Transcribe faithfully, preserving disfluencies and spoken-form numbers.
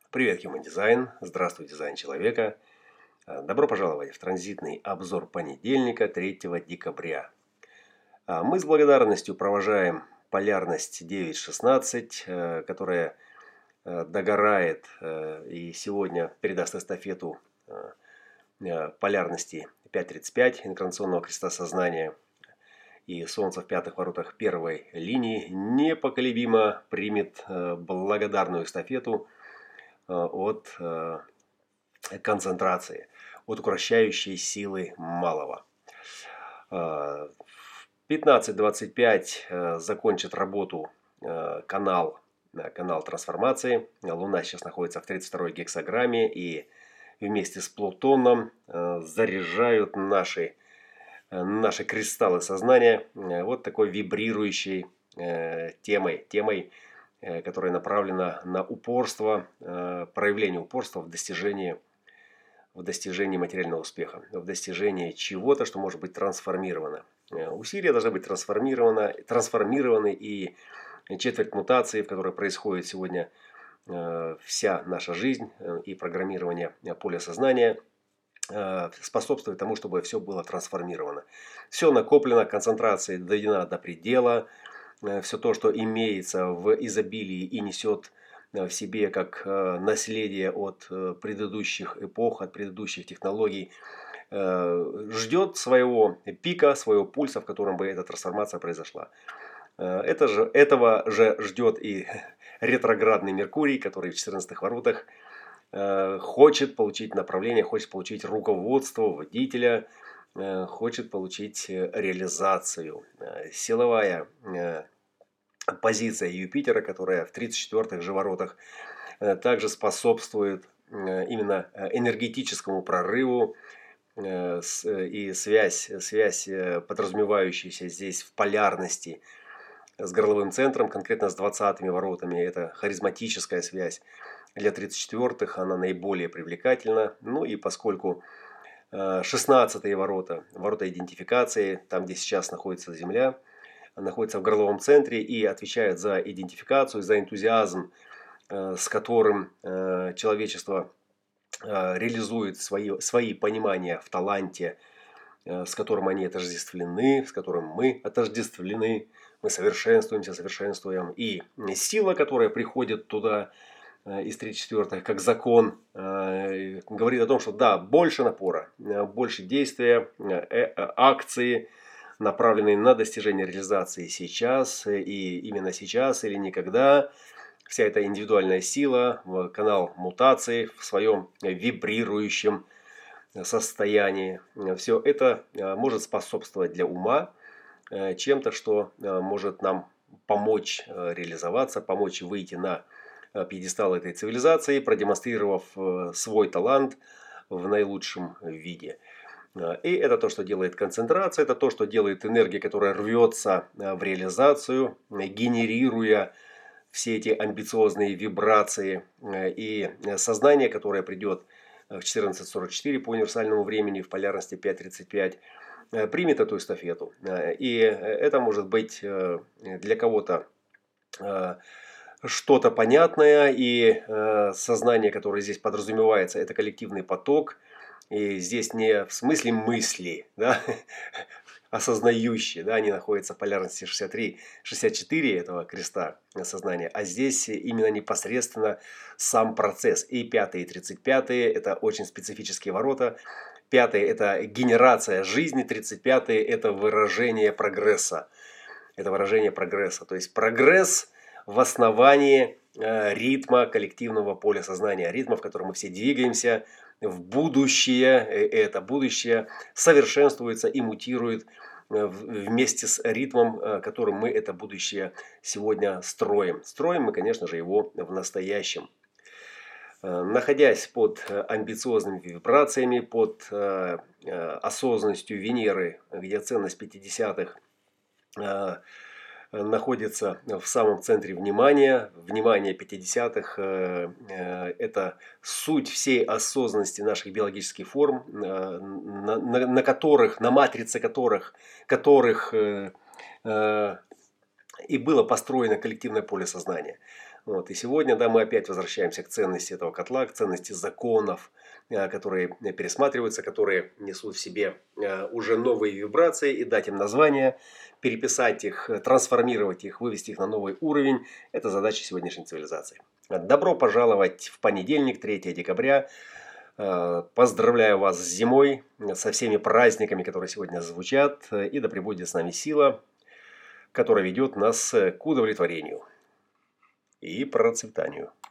Привет, Human Design. Здравствуй, дизайн человека. А, Добро пожаловать в транзитный обзор понедельника, третьего декабря. А, Мы с благодарностью провожаем полярность девять шестнадцать, э, которая э, догорает э, и сегодня передаст эстафету э, э, полярности пять тридцать пять инкарнационного креста сознания. И Солнце в пятых воротах первой линии непоколебимо примет э, благодарную эстафету э, от э, концентрации, от укращающей силы малого. В пятнадцать двадцать пять закончит работу канал, канал трансформации. Луна сейчас находится в тридцать второй гексаграмме и вместе с Плутоном заряжают наши, наши кристаллы сознания вот такой вибрирующей темой, темой, которая направлена на упорство, проявление упорства в достижении в достижении материального успеха, в достижении чего-то, что может быть трансформировано. Усилия должны быть трансформированы, трансформированы и четверть мутации, в которой происходит сегодня вся наша жизнь и программирование поля сознания, способствует тому, чтобы все было трансформировано. Все накоплено, концентрация доведена до предела, все то, что имеется в изобилии и несет в себе как наследие от предыдущих эпох, от предыдущих технологий, ждет своего пика, своего пульса, в котором бы эта трансформация произошла. Это же, этого же ждет и ретроградный Меркурий, который в четырнадцатых воротах хочет получить направление, хочет получить руководство водителя, хочет получить реализацию. Силовая позиция Юпитера, которая в тридцать четвёртых же воротах также способствует именно энергетическому прорыву и связь, связь подразумевающаяся здесь в полярности с горловым центром, конкретно с двадцатыми воротами. Это харизматическая связь. Для тридцать четвёртых она наиболее привлекательна. Ну и поскольку шестнадцатые ворота, ворота идентификации, там где сейчас находится Земля, находится в горловом центре и отвечает за идентификацию, за энтузиазм, с которым человечество реализует свои, свои понимания в таланте, с которым они отождествлены, с которым мы отождествлены, мы совершенствуемся, совершенствуем. И сила, которая приходит туда из тридцать четвёртых, как закон, говорит о том, что да, больше напора, больше действия, акции, направленные на достижение реализации сейчас, и именно сейчас или никогда. Вся эта индивидуальная сила, канал мутации в своем вибрирующем состоянии. Все это может способствовать для ума чем-то, что может нам помочь реализоваться, помочь выйти на пьедестал этой цивилизации, продемонстрировав свой талант в наилучшем виде. И это то, что делает концентрация, это то, что делает энергия, которая рвется в реализацию, генерируя все эти амбициозные вибрации, и сознание, которое придет в четырнадцать сорок четыре по универсальному времени в полярности пять тридцать пять, примет эту эстафету. И это может быть для кого-то что-то понятное, и сознание, которое здесь подразумевается, это коллективный поток. И здесь не в смысле мысли, да, осознающие, да, они находятся в полярности шестьдесят три шестьдесят четыре этого креста сознания, а здесь именно непосредственно сам процесс. И пятые и тридцать пятые это очень специфические ворота. Пятые это генерация жизни, тридцать пятые это выражение прогресса. Это выражение прогресса. То есть прогресс в основании э, ритма коллективного поля сознания, ритма, в котором мы все двигаемся в будущее. Это будущее совершенствуется и мутирует вместе с ритмом, которым мы это будущее сегодня строим. Строим мы, конечно же, его в настоящем. Находясь под амбициозными вибрациями, под осознанностью Венеры, где ценность пятидесятых находится в самом центре внимания. Внимание пятидесятых – это суть всей осознанности наших биологических форм, на, на, на которых, на матрице которых, которых и было построено коллективное поле сознания. Вот. И сегодня, да, мы опять возвращаемся к ценности этого котла, к ценности законов, которые пересматриваются, которые несут в себе уже новые вибрации, и дать им название, переписать их, трансформировать их, вывести их на новый уровень. Это задача сегодняшней цивилизации. Добро пожаловать в понедельник, третьего декабря. Поздравляю вас с зимой, со всеми праздниками, которые сегодня звучат. И да пребудет с нами сила, которая ведет нас к удовлетворению и процветанию.